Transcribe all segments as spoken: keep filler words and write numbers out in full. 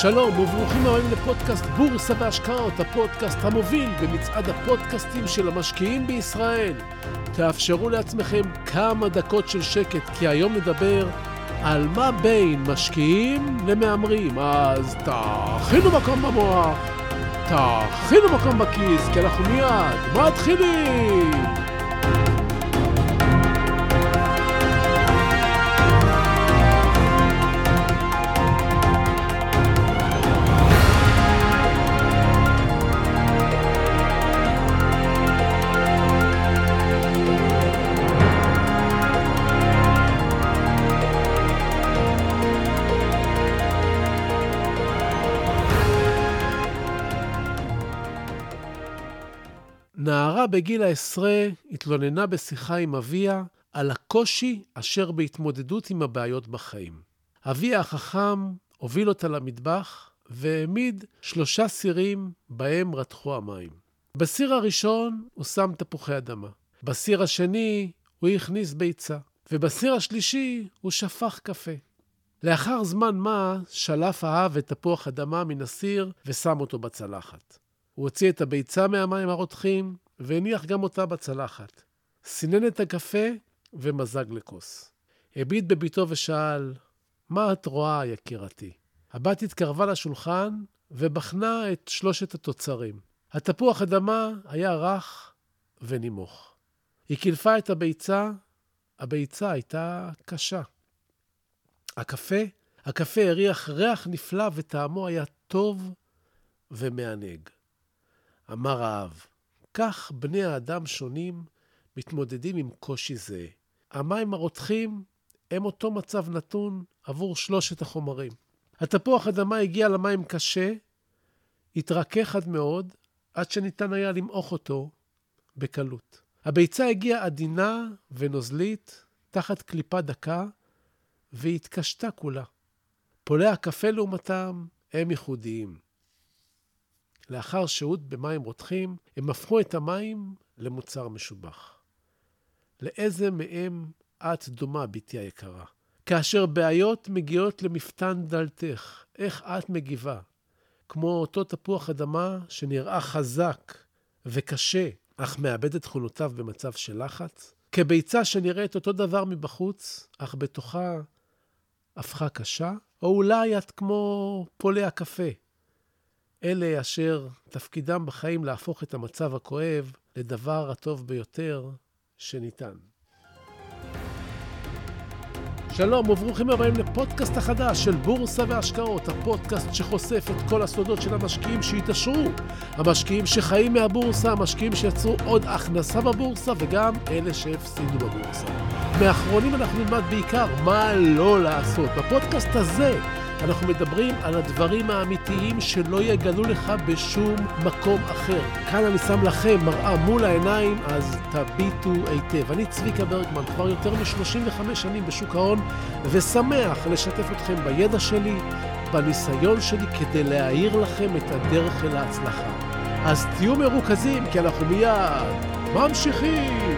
שלום וברוכים הבאים לפודקאסט בורסה והשקעות, הפודקאסט המוביל במצעד הפודקאסטים של המשקיעים בישראל. תאפשרו לעצמכם כמה דקות של שקט, כי היום נדבר על מה בין משקיעים למאמרים. אז תכינו מקום במוח, תכינו מקום בכיס, כי אנחנו מיד מתחילים. נערה בגיל העשרה התלוננה בשיחה עם אביה על הקושי אשר בהתמודדות עם הבעיות בחיים. אביה החכם הוביל אותה למטבח והעמיד שלושה סירים בהם רתחו המים. בסיר הראשון הוא שם תפוחי אדמה, בסיר השני הוא הכניס ביצה, ובסיר השלישי הוא שפך קפה. לאחר זמן מה שלף האב את תפוח אדמה מן הסיר ושם אותו בצלחת. הוא הוציא את הביצה מהמים הרותחים והניח גם אותה בצלחת. סינן את הקפה ומזג לכוס. הביט בביתו ושאל, מה את רואה יקירתי? הבת התקרבה לשולחן ובחנה את שלושת התוצרים. התפוח אדמה היה רך ונימוך. היא קילפה את הביצה, הביצה הייתה קשה. הקפה, הקפה הריח ריח נפלא וטעמו היה טוב ומענג. אמר האב, כך בני האדם שונים מתמודדים עם קושי זה. המים הרותחים הם אותו מצב נתון עבור שלושת החומרים. התפוח אדמה הגיע למים קשה, התרכך עד מאוד, עד שניתן היה למעוך אותו בקלות. הביצה הגיעה עדינה ונוזלית, תחת קליפה דקה, והתקשתה כולה. פולי הקפה לעומתם הם ייחודיים. לאחר שהות במים רותחים, הם הפכו את המים למוצר משובח. לאיזה מהם את דומה, ביתי היקרה? כאשר בעיות מגיעות למפתן דלתך, איך את מגיבה? כמו אותו תפוח אדמה שנראה חזק וקשה, אך מאבד את תכונותיו במצב של לחץ? כביצה שנראית אותו דבר מבחוץ, אך בתוכה הפכה קשה? או אולי את כמו פולי הקפה? אלה אשר תפקידם בחיים להפוך את המצב הכואב לדבר הטוב ביותר שניתן. שלום וברוכים הבאים לפודקאסט החדש של בורסה והשקעות, הפודקאסט שחושף את כל הסודות של המשקיעים שהתעשרו, המשקיעים שחיים מהבורסה, המשקיעים שיצרו עוד הכנסה בבורסה וגם אלה שהפסידו בבורסה. מאחרונים אנחנו נלמד בעיקר מה לא לעשות. בפודקאסט הזה אנחנו מדברים על הדברים האמיתיים שלא יגלו לך בשום מקום אחר. כאן אני שם לכם מראה מול העיניים, אז תביטו היטב. אני צביקה ברגמן, כבר יותר מ-שלושים וחמש שנים בשוק ההון, ושמח לשתף אתכם בידע שלי, בניסיון שלי, כדי להאיר לכם את הדרך אל ההצלחה. אז תהיו מרוכזים, כי אנחנו מיד ממשיכים.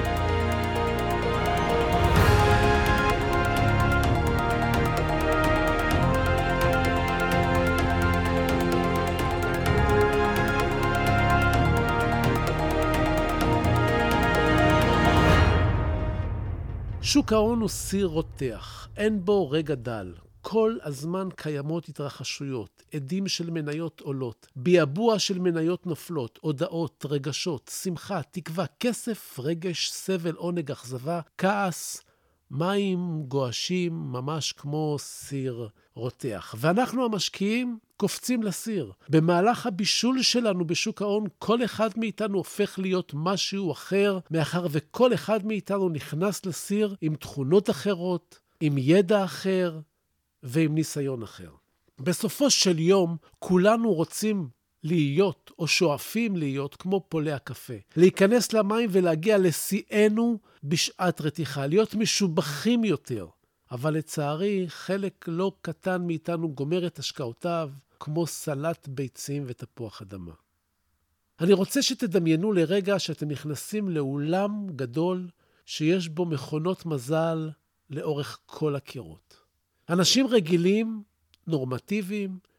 שוק ההון הוא סיר רותח, אין בו רגע דל. כל הזמן קיימות התרחשויות, עדים של מניות עולות, ביאבוע של מניות נופלות, הודעות, רגשות, שמחה, תקווה, כסף, רגש, סבל, עונג, אכזבה, כעס, מים גועשים ממש כמו סיר רותח. ואנחנו המשקיעים קופצים לסיר. במהלך הבישול שלנו בשוק ההון, כל אחד מאיתנו הופך להיות משהו אחר, מאחר וכל אחד מאיתנו נכנס לסיר עם תכונות אחרות, עם ידע אחר ועם ניסיון אחר. בסופו של יום, כולנו רוצים להיות או שואפים להיות כמו פולי הקפה. להיכנס למים ולהגיע לשיאנו בשעת רתיחה, להיות משובחים יותר. אבל לצערי, חלק לא קטן מאיתנו גומר את השקעותיו כמו סלט ביצים ותפוח אדמה. אני רוצה שתדמיינו לרגע שאתם נכנסים לאולם גדול שיש בו מכונות מזל לאורך כל הקירות. אנשים רגילים, נורמטיביים,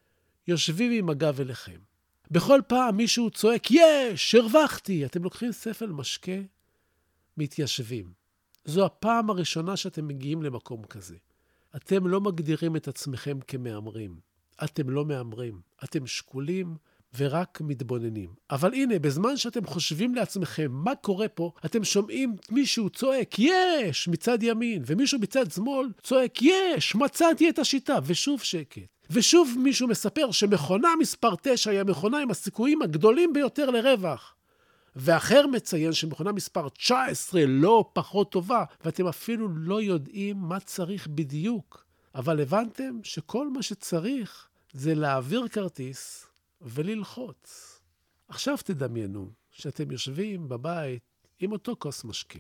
יושבים עם הגב אליכם. בכל פעם מישהו צועק, יש, הרווחתי. אתם לוקחים ספל משקה, מתיישבים. זו הפעם הראשונה שאתם מגיעים למקום כזה. אתם לא מגדירים את עצמכם כמאמרים. אתם לא מאמרים. אתם שקולים ורק מתבוננים. אבל הנה, בזמן שאתם חושבים לעצמכם מה קורה פה, אתם שומעים מישהו צועק, יש, מצד ימין, ומישהו מצד שמאל צועק, יש, מצאתי את השיטה, ושוב שקט. ושוב מישהו מספר שמכונה מספר תשע היא המכונה עם הסיכויים הגדולים ביותר לרווח. ואחר מציין שמכונה מספר תשע עשרה לא פחות טובה, ואתם אפילו לא יודעים מה צריך בדיוק. אבל הבנתם שכל מה שצריך זה להעביר כרטיס וללחוץ. עכשיו תדמיינו שאתם יושבים בבית עם אותו כוס משקה,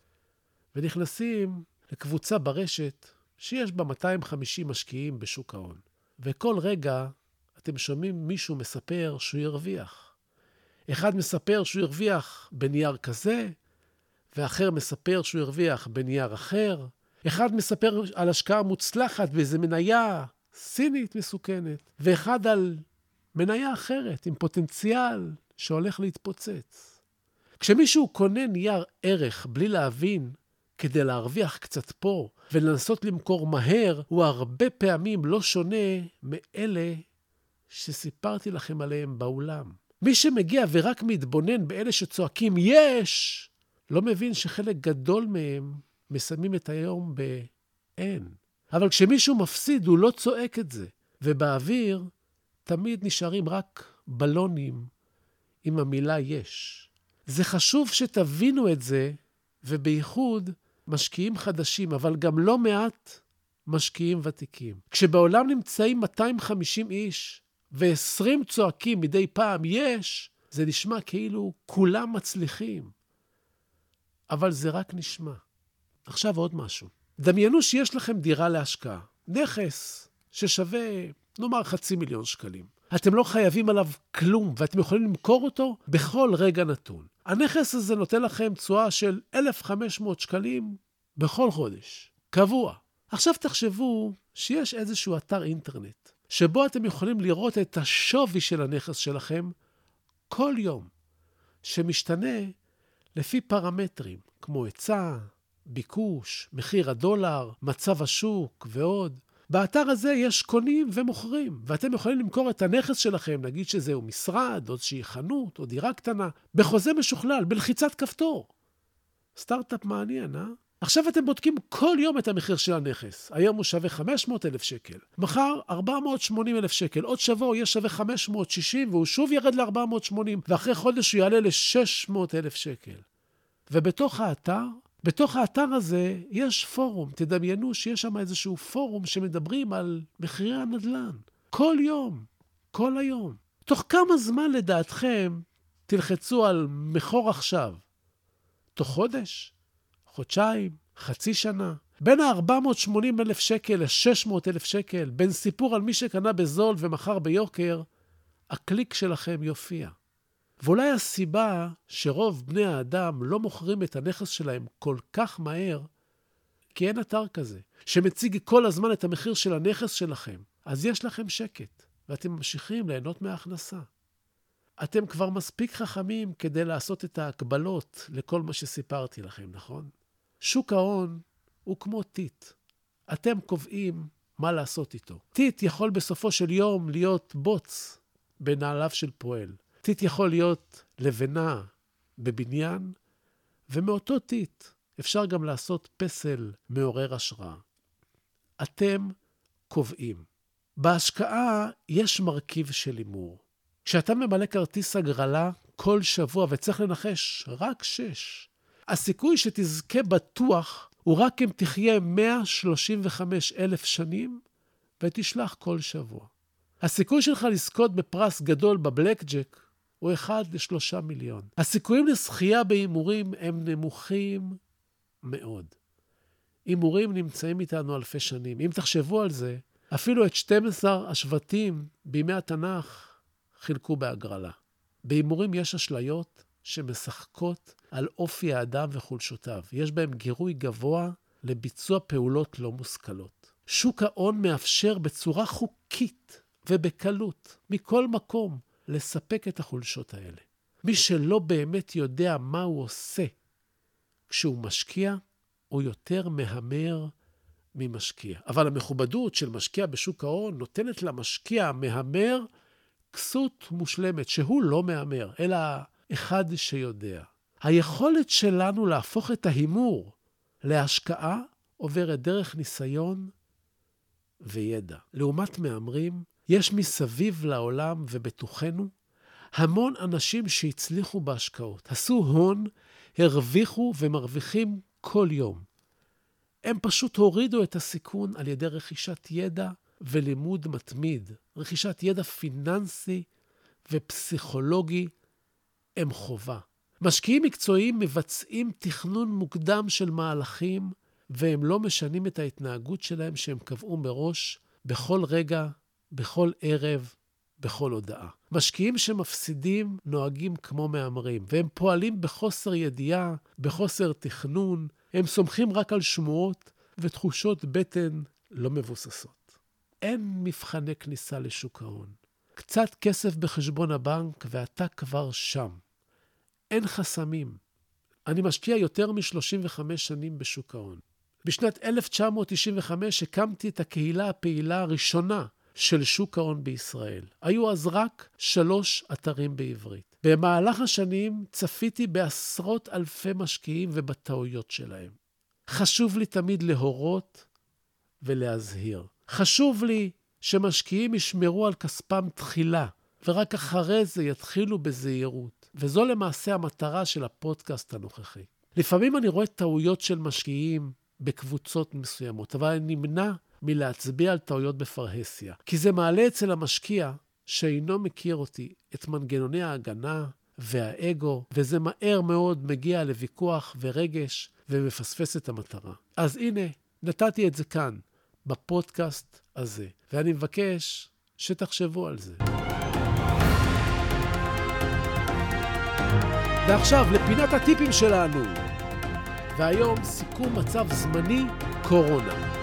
ונכנסים לקבוצה ברשת שיש בה מאתיים וחמישים משקיעים בשוק ההון. וכל רגע אתם שומעים מישהו מספר שהוא ירוויח. אחד מספר שהוא ירוויח בנייר כזה, ואחר מספר שהוא ירוויח בנייר אחר. אחד מספר על השקעה מוצלחת באיזו מניה סינית מסוכנת, ואחד על מניה אחרת עם פוטנציאל שהולך להתפוצץ. כשמישהו קונה נייר ערך בלי להבין, כדי להרוויח קצת פה ולנסות למכור מהר, הוא הרבה פעמים לא שונה מאלה שסיפרתי לכם עליהם באולם. מי שמגיע ורק מתבונן באלה שצועקים יש, לא מבין שחלק גדול מהם מסיימים את היום באין. אבל כשמישהו מפסיד הוא לא צועק את זה, ובאוויר תמיד נשארים רק בלונים עם המילה יש. זה חשוב שתבינו את זה, ובייחוד משקיעים חדשים, אבל גם לא מעט משקיעים ותיקים. כשבעולם נמצאים מאתיים וחמישים איש, ו-עשרים צועקים מדי פעם יש, זה נשמע כאילו כולם מצליחים. אבל זה רק נשמע. עכשיו עוד משהו. דמיינו שיש לכם דירה להשקעה. נכס ששווה, נאמר, חצי מיליון שקלים. אתם לא חייבים עליו כלום, ואתם יכולים למכור אותו בכל רגע נתון. הנכס הזה נותן לכם תשואה של אלף וחמש מאות שקלים בכל חודש. קבוע. עכשיו תחשבו שיש איזשהו אתר אינטרנט, שבו אתם יכולים לראות את השווי של הנכס שלכם כל יום, שמשתנה לפי פרמטרים, כמו היצע, ביקוש, מחיר הדולר, מצב השוק ועוד. באתר הזה יש קונים ומוכרים, ואתם יכולים למכור את הנכס שלכם, נגיד שזהו משרד, או שהיא חנות, או דירה קטנה, בחוזה משוכלל, בלחיצת כפתור. סטארט-אפ מעניין, אה? עכשיו אתם בודקים כל יום את המחיר של הנכס. היום הוא שווה חמש מאות אלף שקל. מחר ארבע מאות ושמונים אלף שקל. עוד שבוע הוא יהיה שווה חמש מאות ושישים, והוא שוב ירד ל-ארבע מאות ושמונים, ואחרי חודש הוא יעלה ל-שש מאות אלף שקל. ובתוך האתר, בתוך האתר הזה יש פורום. תדמיינו שיש שם איזשהו פורום שמדברים על מחירי הנדל"ן. כל יום, כל היום. תוך כמה זמן לדעתכם תלחצו על מחור עכשיו? תוך חודש? חודשיים? חצי שנה? בין ה-ארבע מאות ושמונים אלף שקל ל-שש מאות אלף שקל, בין סיפור על מי שקנה בזול ומחר ביוקר, הקליק שלכם יופיע. ואולי הסיבה שרוב בני האדם לא מוכרים את הנכס שלהם כל כך מהר, כי אין אתר כזה, שמציג כל הזמן את המחיר של הנכס שלכם. אז יש לכם שקט, ואתם ממשיכים ליהנות מההכנסה. אתם כבר מספיק חכמים כדי לעשות את ההקבלות לכל מה שסיפרתי לכם, נכון? שוק ההון הוא כמו טיט. אתם קובעים מה לעשות איתו. טיט יכול בסופו של יום להיות בוץ בנעליו של פועל. טיט יכול להיות לבנה בבניין, ומאותו טיט אפשר גם לעשות פסל מעורר השראה. אתם קובעים. בהשקעה יש מרכיב של הימור. כשאתה ממלא כרטיס הגרלה כל שבוע וצריך לנחש רק שש, הסיכוי שתזכה בטוח הוא רק אם תחיה מאה שלושים וחמישה אלף שנים ותשלח כל שבוע. הסיכוי שלך לזכות בפרס גדול בבלק ג'ק הוא אחד לשלושה מיליון. הסיכויים לזכייה בהימורים הם נמוכים מאוד. הימורים נמצאים איתנו אלפי שנים. אם תחשבו על זה, אפילו את שנים עשר השבטים בימי התנ"ך חילקו בהגרלה. בהימורים יש אשליות שמשחקות על אופי האדם וחולשותיו. יש בהם גירוי גבוה לביצוע פעולות לא מושכלות. שוק ההון מאפשר בצורה חוקית ובקלות, מכל מקום, לספק את החולשות האלה. מי שלא באמת יודע מה הוא עושה כשהוא משקיע, הוא יותר מהמר ממשקיע. אבל המכובדות של משקיע בשוק ההון נותנת למשקיע המהמר כסות מושלמת, שהוא לא מהמר, אלא אחד שיודע. היכולת שלנו להפוך את ההימור להשקעה עוברת דרך ניסיון וידע. לעומת מהמרים, יש מסביב לעולם ובתוכנו המון אנשים שהצליחו בהשקעות. עשו הון, הרוויחו ומרוויחים כל יום. הם פשוט הורידו את הסיכון על ידי רכישת ידע ולימוד מתמיד. רכישת ידע פיננסי ופסיכולוגי הם חובה. משקיעים מקצועיים מבצעים תכנון מוקדם של מהלכים, והם לא משנים את ההתנהגות שלהם שהם קבעו מראש בכל רגע, בכל ערב, בכל הודעה. משקיעים שמפסידים נוהגים כמו מהמרים, והם פועלים בחוסר ידיעה, בחוסר תכנון, הם סומכים רק על שמועות ותחושות בטן לא מבוססות. אין מבחני כניסה לשוק ההון. קצת כסף בחשבון הבנק ואתה כבר שם. אין חסמים. אני משקיע יותר מ-שלושים וחמש שנים בשוק ההון. בשנת אלף תשע מאות תשעים וחמש הקמתי את הקהילה הפעילה הראשונה של שוק ההון בישראל. היו אז רק שלוש אתרים בעברית. במהלך השנים צפיתי בעשרות אלפי משקיעים ובטעויות שלהם. חשוב לי תמיד להורות ולהזהיר. חשוב לי שמשקיעים ישמרו על כספם תחילה, ורק אחרי זה יתחילו בזהירות. וזו למעשה המטרה של הפודקאסט הנוכחי. לפעמים אני רואה טעויות של משקיעים בקבוצות מסוימות, אבל אני נמנע מלהצביע על טעויות בפרהסיה. כי זה מעלה אצל המשקיע שאינו מכיר אותי את מנגנוני ההגנה והאגו, וזה מהר מאוד מגיע לוויכוח ורגש ומפספס את המטרה. אז הנה, נתתי את זה כאן, בפודקאסט הזה, ואני מבקש שתחשבו על זה. ועכשיו לפינת הטיפים שלנו. והיום סיכום מצב זמני קורונה.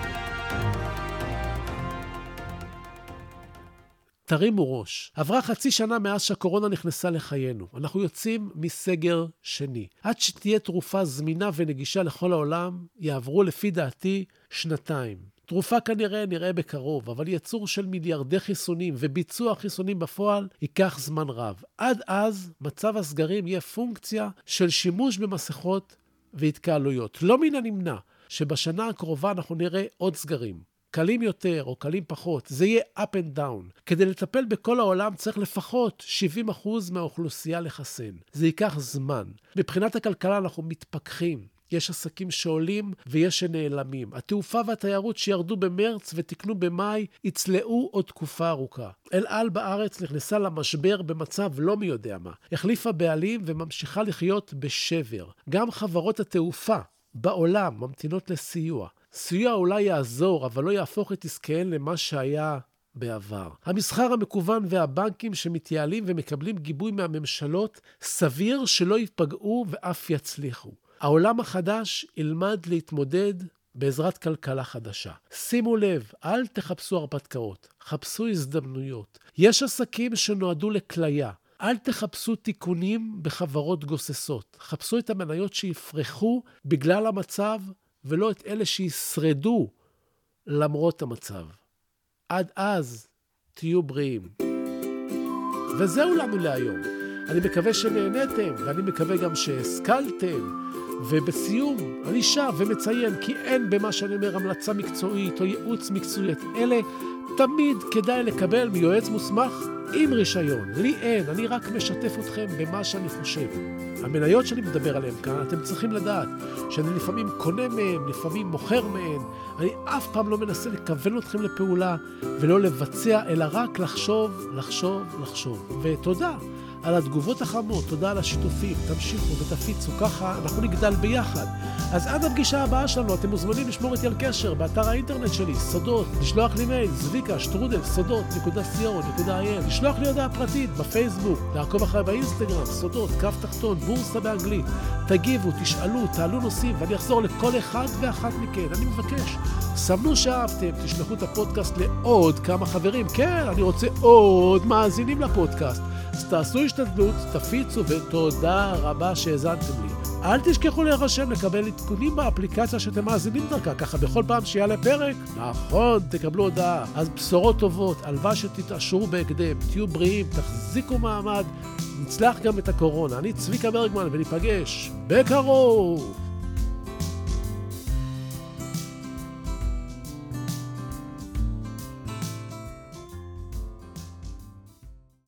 תרימו ראש. עברה חצי שנה מאז שהקורונה נכנסה לחיינו. אנחנו יוצאים מסגר שני. עד שתהיה תרופה זמינה ונגישה לכל העולם, יעברו לפי דעתי שנתיים. תרופה כנראה נראה בקרוב, אבל יצור של מיליארדי חיסונים וביצוע חיסונים בפועל ייקח זמן רב. עד אז מצב הסגרים יהיה פונקציה של שימוש במסכות והתקהלויות. לא מן הנמנע שבשנה הקרובה אנחנו נראה עוד סגרים. קלים יותר או קלים פחות, זה יהיה up and down. כדי לטפל בכל העולם צריך לפחות שבעים אחוז מהאוכלוסייה לחסן. זה ייקח זמן. מבחינת הכלכלה אנחנו מתפכחים. יש עסקים שעולים ויש שנעלמים. התעופה והתיירות שירדו במרץ ותקנו במאי יצלעו עוד תקופה ארוכה. אל על בארץ נכנסה למשבר במצב לא מי יודע מה. החליפה בעלים וממשיכה לחיות בשבר. גם חברות התעופה בעולם ממתינות לסיוע. סיוע אולי יעזור, אבל לא יהפוך את עסקיהן למה שהיה בעבר. המסחר המקוון והבנקים שמתייעלים ומקבלים גיבוי מהממשלות, סביר שלא ייפגעו ואף יצליחו. העולם החדש ילמד להתמודד בעזרת כלכלה חדשה. שימו לב, אל תחפשו הרפתקאות, חפשו הזדמנויות. יש עסקים שנועדו לכליה. אל תחפשו תיקונים בחברות גוססות. חפשו את המניות שיפרחו בגלל המצב, ולא את אלה שישרדו למרות המצב. עד אז תהיו בריאים. וזהו לנו להיום. אני מקווה שנהנתם, ואני מקווה גם שהשכלתם. ובסיום אני שב ומציין כי אין במה שאני אומר המלצה מקצועית או ייעוץ מקצועי. אלה תמיד כדאי לקבל מיועץ מוסמך עם רישיון. לי אין, אני רק משתף אתכם במה שאני חושב. המניות שאני מדבר עליהן כאן, אתם צריכים לדעת שאני לפעמים קונה מהן, לפעמים מוכר מהן. אני אף פעם לא מנסה לכוון אתכם לפעולה ולא לבצע, אלא רק לחשוב, לחשוב, לחשוב. ותודה. על התגובות החמות, תודה על השיתופים, תמשיכו ותפיצו, ככה אנחנו נגדל ביחד. אז עד הפגישה הבאה שלנו, אתם מוזמנים לשמור איתי על קשר באתר האינטרנט שלי, סודות, לשלוח לי מייל, זביקה, שטרודל, סודות, נקודה סי או, נקודה איי אל, לשלוח לי הודעה פרטית בפייסבוק, לעקוב אחרי באינסטגרם, סודות, קו תחתון, בורסה באנגלית. תגיבו, תשאלו, תעלו נושאים, ואני אחזור לכל אחד ואחת מכן. אני מבקש, סמנו שאהבתם, תשלחו את הפודקאסט לעוד כמה חברים. כן, אני רוצה עוד מאזינים לפודקאסט. אז תעשו השתדלות, תפיצו, ותודה רבה שהזנתם לי. אל תשכחו להירשם לקבל עדכונים באפליקציה שאתם מאזינים דרכה, ככה בכל פעם שיעלה פרק, נכון, תקבלו הודעה. אז בשורות טובות, הלוואי שתתעשרו בהקדם, תהיו בריאים, תחזיקו מעמד, נצלח גם את הקורונה. אני צביקה ברגמן, וניפגש בקרוב.